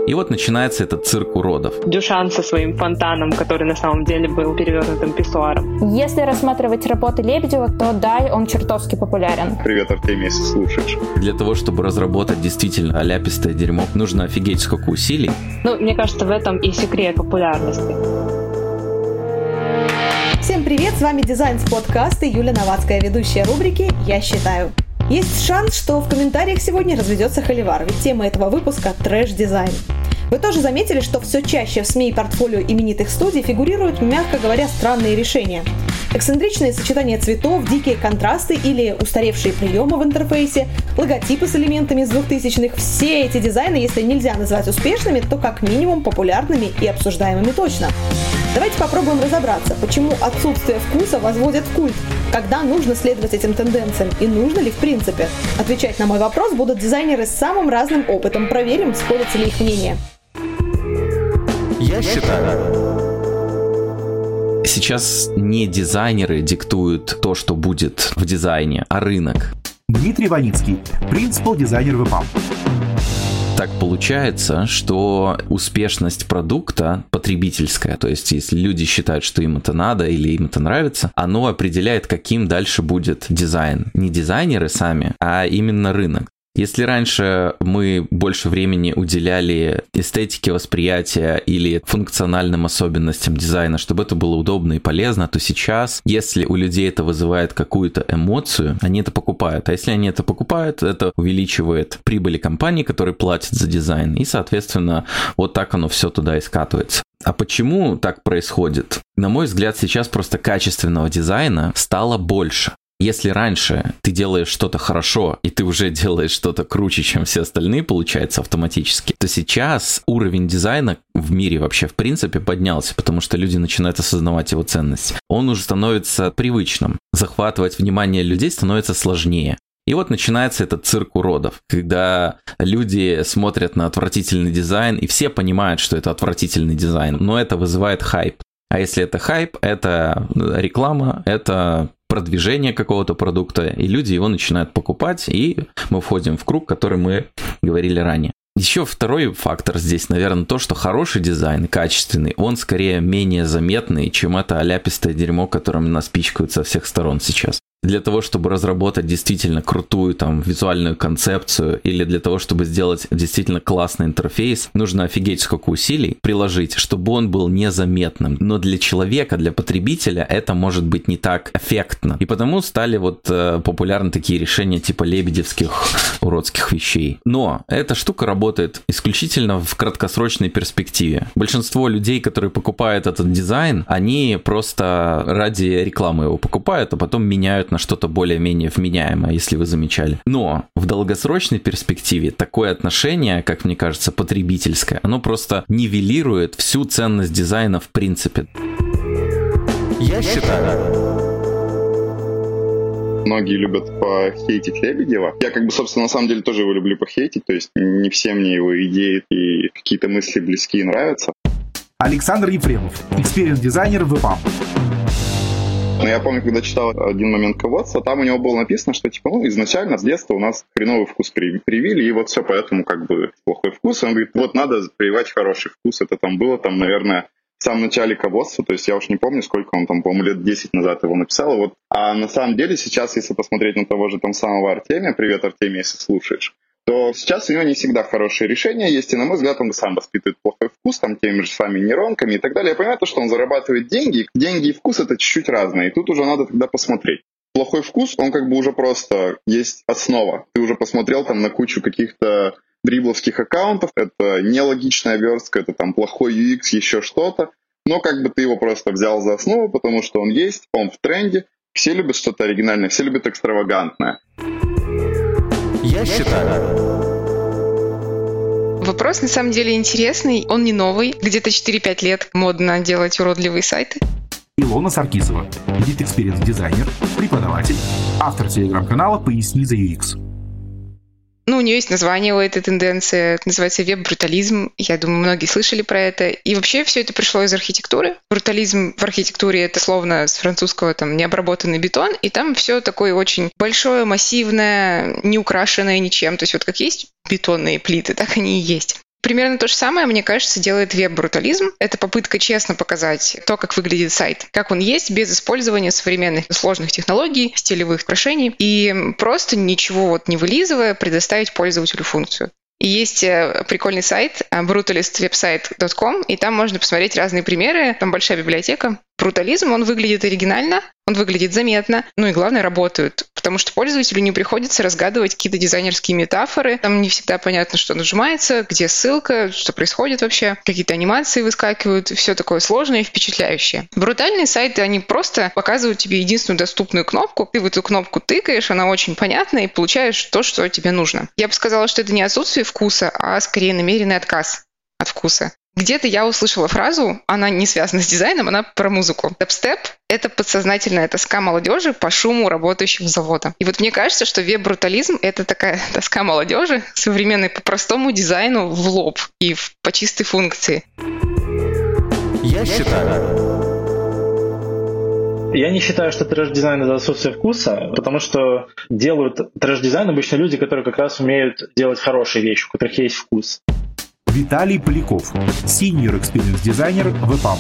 И вот начинается этот цирк уродов. Дюшан со своим фонтаном, который на самом деле был перевернутым писсуаром. Если рассматривать работы Лебедева, то да, он чертовски популярен. Привет, Артемий, если слушаешь. Для того, чтобы разработать действительно аляпистое дерьмо, нужно офигеть сколько усилий. Мне кажется, в этом и секрет популярности. Всем привет, с вами Дизайн подкаст и Юля Новацкая, ведущая рубрики «Я считаю». Есть шанс, что в комментариях сегодня разведется холивар, ведь тема этого выпуска – трэш-дизайн. Вы тоже заметили, что все чаще в СМИ и портфолио именитых студий фигурируют, мягко говоря, странные решения. Эксцентричные сочетания цветов, дикие контрасты или устаревшие приемы в интерфейсе, логотипы с элементами из 2000-х – все эти дизайны, если нельзя назвать успешными, то как минимум популярными и обсуждаемыми точно. Давайте попробуем разобраться, почему отсутствие вкуса возводят в культ, когда нужно следовать этим тенденциям и нужно ли в принципе. Отвечать на мой вопрос будут дизайнеры с самым разным опытом. Проверим, сходятся ли их мнения. Я считаю. Сейчас не дизайнеры диктуют то, что будет в дизайне, а рынок. Дмитрий Ваницкий, принципал-дизайнер ВПАМ. Так получается, что успешность продукта потребительская, то есть если люди считают, что им это надо или им это нравится, оно определяет, каким дальше будет дизайн. Не дизайнеры сами, а именно рынок. Если раньше мы больше времени уделяли эстетике восприятия или функциональным особенностям дизайна, чтобы это было удобно и полезно, то сейчас, если у людей это вызывает какую-то эмоцию, они это покупают. А если они это покупают, это увеличивает прибыли компаний, которые платят за дизайн. И, соответственно, вот так оно все туда и скатывается. А почему так происходит? На мой взгляд, сейчас просто качественного дизайна стало больше. Если раньше ты делаешь что-то хорошо, и ты уже делаешь что-то круче, чем все остальные, получается, автоматически, то сейчас уровень дизайна в мире вообще в принципе поднялся, потому что люди начинают осознавать его ценность. Он уже становится привычным. Захватывать внимание людей становится сложнее. И вот начинается этот цирк уродов, когда люди смотрят на отвратительный дизайн, и все понимают, что это отвратительный дизайн, но это вызывает хайп. А если это хайп, это реклама, это продвижение какого-то продукта, и люди его начинают покупать, и мы входим в круг, который мы говорили ранее. Еще второй фактор здесь, наверное, то, что хороший дизайн, качественный, он скорее менее заметный, чем это аляпистое дерьмо, которым нас пичкают со всех сторон сейчас. Для того, чтобы разработать действительно крутую визуальную концепцию или для того, чтобы сделать действительно классный интерфейс, нужно офигеть сколько усилий приложить, чтобы он был незаметным. Но для человека, для потребителя это может быть не так эффектно. И потому стали популярны такие решения типа лебедевских уродских вещей. Но эта штука работает исключительно в краткосрочной перспективе. Большинство людей, которые покупают этот дизайн, они просто ради рекламы его покупают, а потом меняют на что-то более-менее вменяемое, если вы замечали. Но в долгосрочной перспективе такое отношение, как мне кажется, потребительское, оно просто нивелирует всю ценность дизайна в принципе. Я считаю. Многие любят похейтить Лебедева. Я собственно, на самом деле тоже его люблю похейтить, то есть не все мне его идеи и какие-то мысли близкие нравятся. Александр Ефремов, экспириенс-дизайнер ВПАМ. Но я помню, когда читал один момент ководства, там у него было написано, что изначально с детства у нас хреновый вкус привили, и вот все поэтому плохой вкус. Он говорит, надо прививать хороший вкус. Это было, наверное, в самом начале ководства, то есть я уж не помню, сколько он по-моему, лет 10 назад его написал. А на самом деле сейчас, если посмотреть на того же самого Артемия, привет, Артемий, если слушаешь, то сейчас у него не всегда хорошие решения есть, и, на мой взгляд, он сам воспитывает плохой вкус, теми же самыми нейронками и так далее. Я понимаю, что он зарабатывает деньги и вкус — это чуть-чуть разное, и тут уже надо тогда посмотреть. Плохой вкус, он уже просто есть основа. Ты уже посмотрел на кучу каких-то дрибловских аккаунтов, это нелогичная верстка, это плохой UX, еще что-то, но ты его просто взял за основу, потому что он есть, он в тренде, все любят что-то оригинальное, все любят экстравагантное. Я считаю. Вопрос на самом деле интересный, он не новый. Где-то 4-5 лет модно делать уродливые сайты. Илона Саркисова, лид-экспириенс-дизайнер, преподаватель, автор телеграм-канала «Поясни за UX». У нее есть название у этой тенденции, это называется веб-брутализм. Я думаю, многие слышали про это. И вообще все это пришло из архитектуры. Брутализм в архитектуре — это словно с французского необработанный бетон, и там все такое очень большое, массивное, не украшенное ничем. То есть как есть бетонные плиты, так они и есть. Примерно то же самое, мне кажется, делает веб-брутализм. Это попытка честно показать то, как выглядит сайт, как он есть, без использования современных сложных технологий, стилевых украшений, и просто ничего не вылизывая, предоставить пользователю функцию. И есть прикольный сайт brutalistwebsite.com, и там можно посмотреть разные примеры, там большая библиотека. Брутализм, он выглядит оригинально, он выглядит заметно, и главное, работает, потому что пользователю не приходится разгадывать какие-то дизайнерские метафоры, там не всегда понятно, что нажимается, где ссылка, что происходит вообще, какие-то анимации выскакивают, все такое сложное и впечатляющее. Брутальные сайты, они просто показывают тебе единственную доступную кнопку, ты в эту кнопку тыкаешь, она очень понятна, и получаешь то, что тебе нужно. Я бы сказала, что это не отсутствие вкуса, а скорее намеренный отказ от вкуса. Где-то я услышала фразу, она не связана с дизайном, она про музыку. Дабстеп — это подсознательная тоска молодежи по шуму работающих завода. И вот мне кажется, что веб-брутализм — это такая тоска молодежи, современной по простому дизайну в лоб и по чистой функции. Я считаю... Я не считаю, что трэш-дизайн — это отсутствие вкуса, потому что делают трэш-дизайн обычно люди, которые как раз умеют делать хорошие вещи, у которых есть вкус. Виталий Поляков, Senior Experience Designer в EPAM.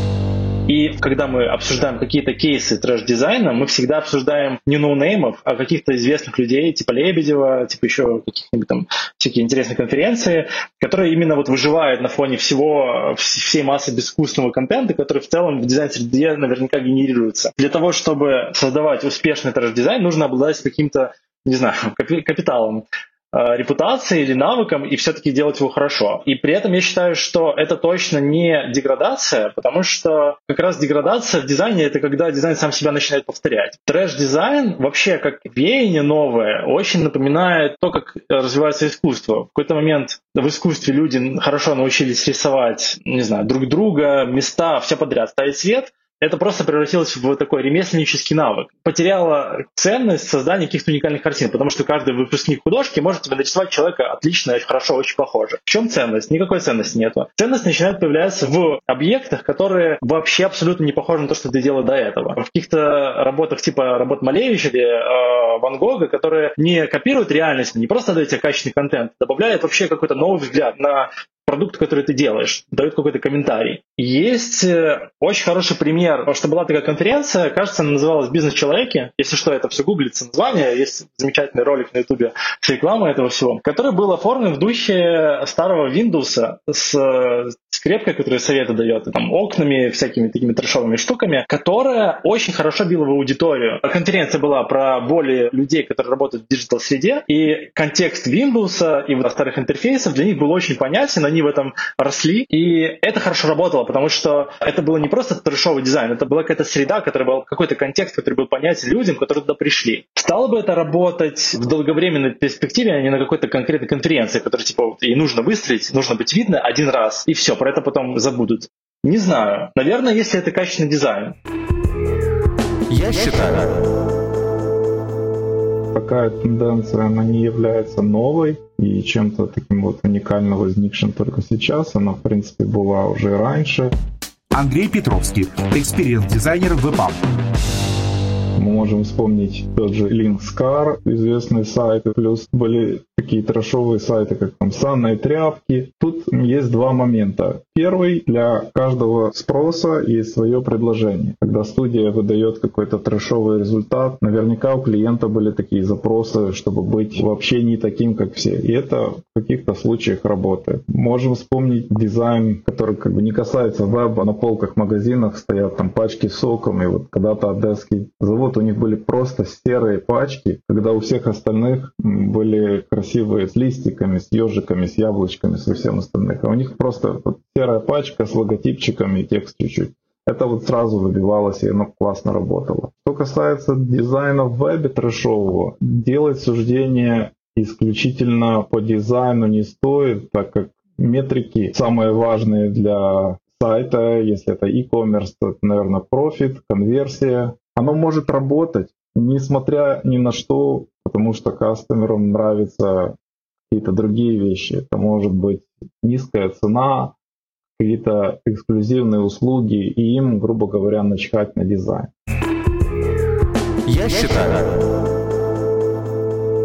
И когда мы обсуждаем какие-то кейсы трэш-дизайна, мы всегда обсуждаем не ноунеймов, а каких-то известных людей, типа Лебедева, типа еще каких-нибудь там всякие интересные конференции, которые именно вот выживают на фоне всей массы безвкусного контента, который в целом в дизайн-среде наверняка генерируется. Для того, чтобы создавать успешный трэш-дизайн, нужно обладать каким-то, не знаю, капиталом, репутацией или навыком, и все-таки делать его хорошо. И при этом я считаю, что это точно не деградация, потому что как раз деградация в дизайне — это когда дизайн сам себя начинает повторять. Трэш-дизайн вообще как веяние новое очень напоминает то, как развивается искусство. В какой-то момент в искусстве люди хорошо научились рисовать, не знаю, друг друга, места, все подряд, ставить цвет. Это просто превратилось в такой ремесленнический навык. Потеряло ценность создания каких-то уникальных картин, потому что каждый выпускник художки может тебе нарисовать человека отлично, очень хорошо, очень похоже. В чем ценность? Никакой ценности нету. Ценность начинает появляться в объектах, которые вообще абсолютно не похожи на то, что ты делал до этого. В каких-то работах типа работ Малевича или Ван Гога, которые не копируют реальность, не просто дают тебе качественный контент, добавляют вообще какой-то новый взгляд на продукт, который ты делаешь, дают какой-то комментарий. Есть очень хороший пример, потому что была такая конференция, кажется, она называлась «Бизнес-человеки». Если что, это все гуглится название. Есть замечательный ролик на Ютубе с рекламой этого всего, который был оформлен в духе старого Windows с скрепкой, которая советы дает, там, окнами, всякими такими трэшовыми штуками, которая очень хорошо била в аудиторию. Конференция была про боли людей, которые работают в диджитал-среде, и контекст Windows и старых интерфейсов для них был очень понятен, они в этом росли, и это хорошо работало, потому что это было не просто трэшовый дизайн, это была какая-то среда, которая был какой-то контекст, который был понятен людям, которые туда пришли. Стало бы это работать в долговременной перспективе, а не на какой-то конкретной конференции, которая типа и нужно выстрелить, нужно быть видно один раз, и все, про это потом забудут. Не знаю. Наверное, если это качественный дизайн. Я считаю... Такая тенденция, она не является новой и чем-то таким вот уникально возникшим только сейчас. Она, в принципе, была уже и раньше. Андрей Петровский, экспириенс-дизайнер в EPAM. Мы можем вспомнить тот же Linkscar, известные сайты, плюс были такие трэшовые сайты, как там Санные тряпки. Тут есть два момента. Первый, для каждого спроса есть свое предложение. Когда студия выдает какой-то трэшовый результат, наверняка у клиента были такие запросы, чтобы быть вообще не таким, как все. И это в каких-то случаях работает. Можем вспомнить дизайн, который как бы не касается веба. На полках в магазинах стоят там пачки с соком. И вот когда-то одесский завод, у них были просто серые пачки, когда у всех остальных были красивые с листиками, с ежиками, с яблочками, со всем остальным. А у них просто вот серая пачка с логотипчиками и текст чуть-чуть. Это вот сразу выбивалось, и оно классно работало. Что касается дизайна в вебе трэшового, делать суждение исключительно по дизайну не стоит, так как метрики самые важные для сайта, если это e-commerce, то это, наверное, профит, конверсия. Оно может работать, несмотря ни на что, потому что кастомерам нравятся какие-то другие вещи. Это может быть низкая цена, какие-то эксклюзивные услуги, и им, грубо говоря, начхать на дизайн. Я считаю... Давайте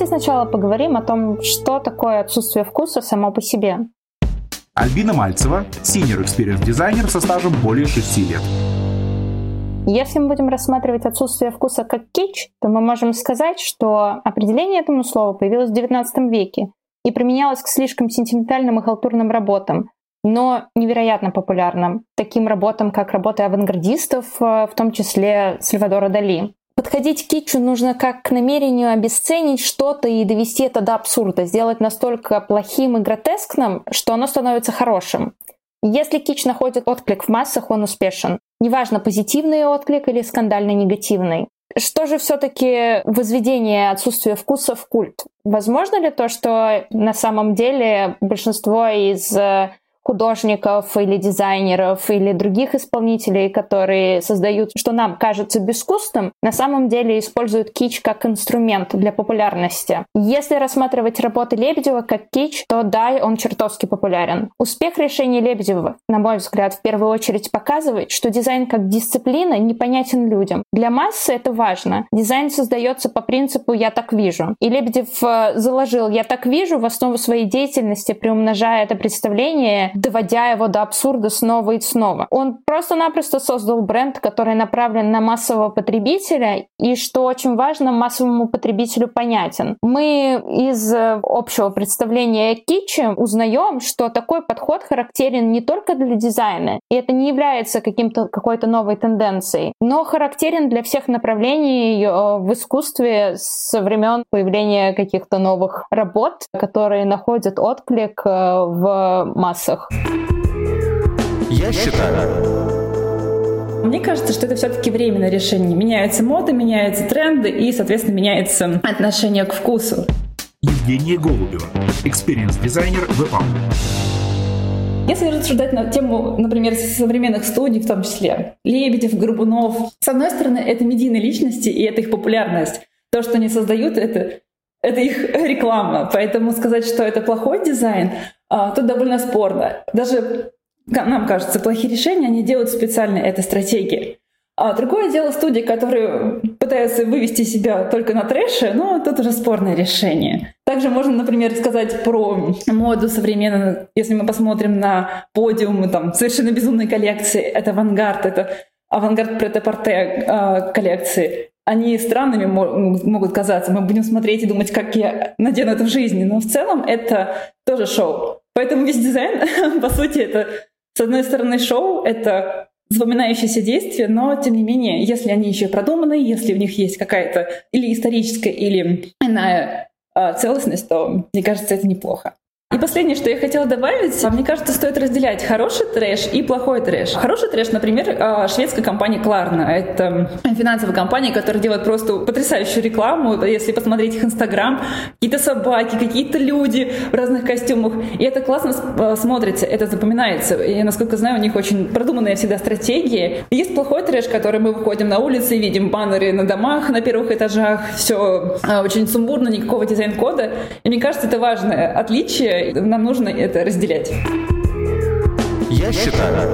Давайте сначала поговорим о том, что такое отсутствие вкуса само по себе. Альбина Мальцева, Senior Experience дизайнер со стажем более 6 лет. Если мы будем рассматривать отсутствие вкуса как кич, то мы можем сказать, что определение этому слову появилось в XIX веке и применялось к слишком сентиментальным и халтурным работам, но невероятно популярным, таким работам, как работы авангардистов, в том числе Сальвадора Дали. Подходить к китчу нужно как к намерению обесценить что-то и довести это до абсурда, сделать настолько плохим и гротескным, что оно становится хорошим. Если китч находит отклик в массах, он успешен. Неважно, позитивный отклик или скандально-негативный. Что же все-таки возведение отсутствия вкуса в культ? Возможно ли то, что на самом деле большинство из художников или дизайнеров или других исполнителей, которые создают, что нам кажется безвкусным, на самом деле используют кич как инструмент для популярности. Если рассматривать работы Лебедева как кич, то да, он чертовски популярен. Успех решений Лебедева, на мой взгляд, в первую очередь показывает, что дизайн как дисциплина непонятен людям. Для массы это важно. Дизайн создается по принципу «я так вижу». И Лебедев заложил «я так вижу» в основу своей деятельности, приумножая это представление, доводя его до абсурда снова и снова. Он просто-напросто создал бренд, который направлен на массового потребителя и, что очень важно, массовому потребителю понятен. Мы из общего представления о китче узнаем, что такой подход характерен не только для дизайна, и это не является какой-то новой тенденцией, но характерен для всех направлений в искусстве со времен появления каких-то новых работ, которые находят отклик в массах. Я считаю. Мне кажется, что это все-таки временное решение. Меняются моды, меняются тренды и, соответственно, меняется отношение к вкусу. Евгения Голубева, экспириенс-дизайнер ВПАМ. Если рассуждать на тему, например, современных студий, в том числе Лебедев, Горбунов, с одной стороны, это медийные личности и это их популярность. То, что они создают, это их реклама. Поэтому сказать, что это плохой дизайн, тут довольно спорно. Даже, нам кажется, плохие решения они делают специально, это стратегии. А другое дело студии, которые пытаются вывести себя только на трэше, но тут уже спорное решение. Также можно, например, сказать про моду современную. Если мы посмотрим на подиумы, там совершенно безумные коллекции, это авангард прет-а-порте коллекции. Они странными могут казаться. Мы будем смотреть и думать, как я надену это в жизни. Но в целом это тоже шоу. Поэтому весь дизайн, по сути, это, с одной стороны, шоу, это запоминающиеся действия, но, тем не менее, если они еще продуманы, если у них есть какая-то или историческая, или иная целостность, то, мне кажется, это неплохо. И последнее, что я хотела добавить, мне кажется, стоит разделять хороший трэш и плохой трэш. Хороший трэш, например, шведская компания Klarna. Это финансовая компания, которая делает просто потрясающую рекламу. Если посмотреть их Инстаграм, какие-то собаки, какие-то люди в разных костюмах. И это классно смотрится, это запоминается. И, насколько знаю, у них очень продуманная всегда стратегия. И есть плохой трэш, который мы выходим на улицы и видим баннеры на домах на первых этажах. Все очень сумбурно, никакого дизайн-кода. И мне кажется, это важное отличие. Нам нужно это разделять. Я считаю.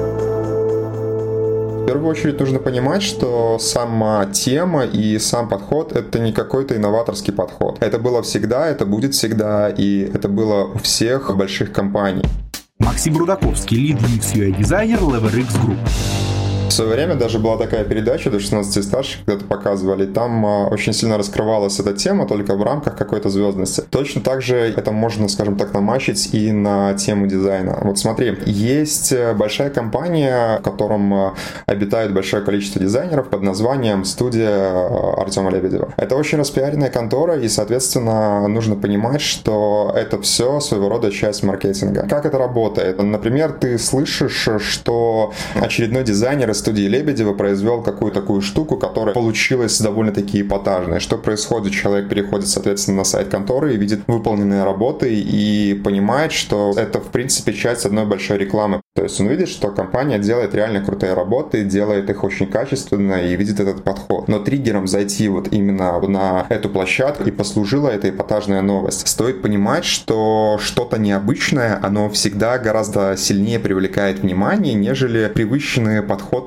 В первую очередь нужно понимать, что сама тема и сам подход — это не какой-то инноваторский подход. Это было всегда, это будет всегда, и это было у всех больших компаний. Максим Рудаковский, лид UX/UI-дизайнер LeverX Group. В свое время даже была такая передача до 16 и старше, когда-то показывали. Там очень сильно раскрывалась эта тема, только в рамках какой-то звездности. Точно так же это можно, скажем так, намачить и на тему дизайна. Вот смотри, есть большая компания, в котором обитает большое количество дизайнеров под названием «Студия Артема Лебедева». Это очень распиаренная контора, и, соответственно, нужно понимать, что это все своего рода часть маркетинга. Как это работает? Например, ты слышишь, что очередной дизайнер из студии Лебедева произвел какую-то такую штуку, которая получилась довольно-таки эпатажной. Что происходит? Человек переходит, соответственно, на сайт конторы и видит выполненные работы и понимает, что это, в принципе, часть одной большой рекламы. То есть он видит, что компания делает реально крутые работы, делает их очень качественно и видит этот подход. Но триггером зайти вот именно на эту площадку и послужила эта эпатажная новость. Стоит понимать, что что-то необычное, оно всегда гораздо сильнее привлекает внимание, нежели привычный подход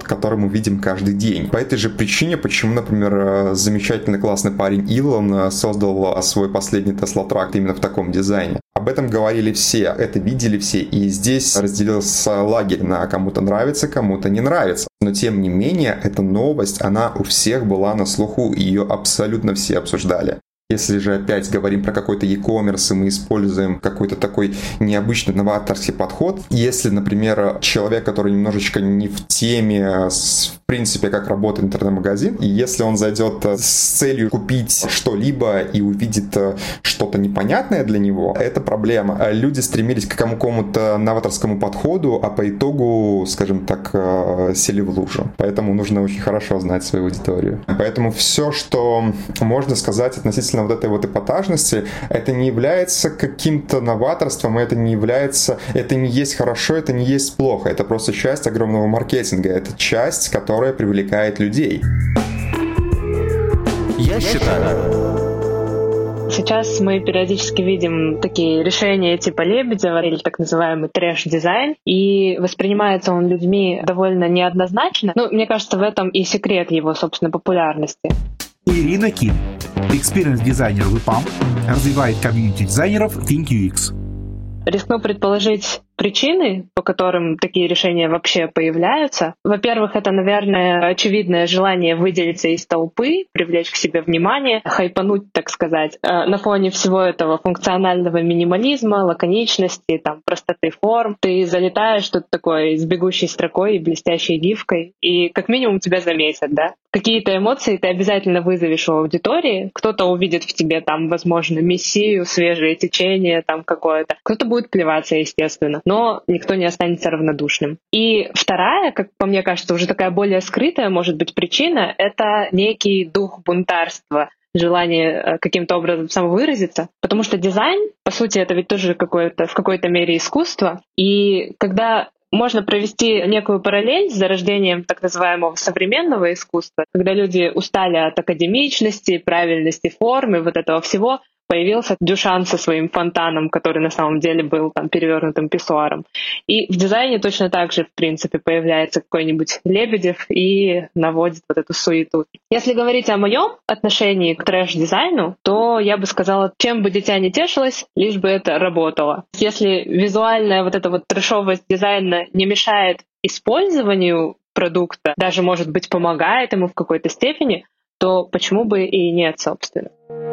подход, который мы видим каждый день. По этой же причине, почему, например, замечательный классный парень Илон создал свой последний Tesla Truck именно в таком дизайне. Об этом говорили все, это видели все, и здесь разделился лагерь на кому-то нравится, кому-то не нравится. Но тем не менее, эта новость, она у всех была на слуху, ее абсолютно все обсуждали. Если же опять говорим про какой-то e-commerce, и мы используем какой-то такой необычный новаторский подход, если, например, человек, который немножечко не в теме, в принципе, как работает интернет-магазин, и если он зайдет с целью купить что-либо и увидит что-то непонятное для него, это проблема. Люди стремились к какому-то новаторскому подходу, а по итогу, скажем так, сели в лужу. Поэтому нужно очень хорошо знать свою аудиторию. Поэтому все, что можно сказать относительно вот этой вот эпатажности, это не является каким-то новаторством, это не есть хорошо, это не есть плохо, это просто часть огромного маркетинга, это часть, которая привлекает людей. Я считаю. Сейчас мы периодически видим такие решения типа Лебедева или так называемый трэш-дизайн, и воспринимается он людьми довольно неоднозначно. Мне кажется, в этом и секрет его, собственно, популярности. Ирина Ким, экспириенс-дизайнер в EPAM, развивает комьюнити дизайнеров ThinkUX. Рискну предположить причины, по которым такие решения вообще появляются. Во-первых, это, наверное, очевидное желание выделиться из толпы, привлечь к себе внимание, хайпануть, так сказать. На фоне всего этого функционального минимализма, лаконичности, простоты форм, ты залетаешь тут такой с бегущей строкой и блестящей гифкой, и как минимум тебя заметят, да? Какие-то эмоции ты обязательно вызовешь у аудитории, кто-то увидит в тебе возможно, мессию, свежее течение какое-то, кто-то будет плеваться, естественно, но никто не останется равнодушным. И вторая, как по мне кажется, уже такая более скрытая, может быть, причина — это некий дух бунтарства, желание каким-то образом самовыразиться, потому что дизайн, по сути, это ведь тоже в какой-то мере искусство, и когда можно провести некую параллель с зарождением так называемого современного искусства, когда люди устали от академичности, правильности формы, вот этого всего, появился Дюшан со своим фонтаном, который на самом деле был перевернутым писсуаром. И в дизайне точно так же, в принципе, появляется какой-нибудь Лебедев и наводит вот эту суету. Если говорить о моем отношении к трэш-дизайну, то я бы сказала, чем бы дитя не тешилось, лишь бы это работало. Если визуальная вот эта вот трэшовость дизайна не мешает использованию продукта, даже, может быть, помогает ему в какой-то степени, то почему бы и нет, собственно.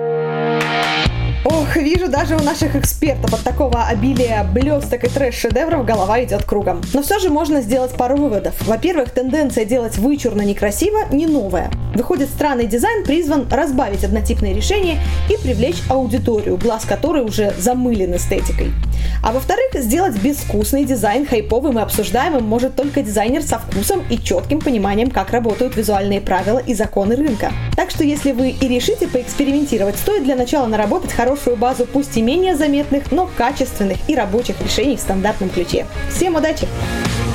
Ох, вижу, даже у наших экспертов от такого обилия блесток и трэш-шедевров голова идет кругом. Но все же можно сделать пару выводов. Во-первых, тенденция делать вычурно некрасиво не новая. Выходит, странный дизайн призван разбавить однотипные решения и привлечь аудиторию, глаз которой уже замылен эстетикой. А во-вторых, сделать безвкусный дизайн хайповым и обсуждаемым может только дизайнер со вкусом и четким пониманием, как работают визуальные правила и законы рынка. Так что если вы и решите поэкспериментировать, стоит для начала наработать хорошую базу пусть и менее заметных, но качественных и рабочих решений в стандартном ключе. Всем удачи!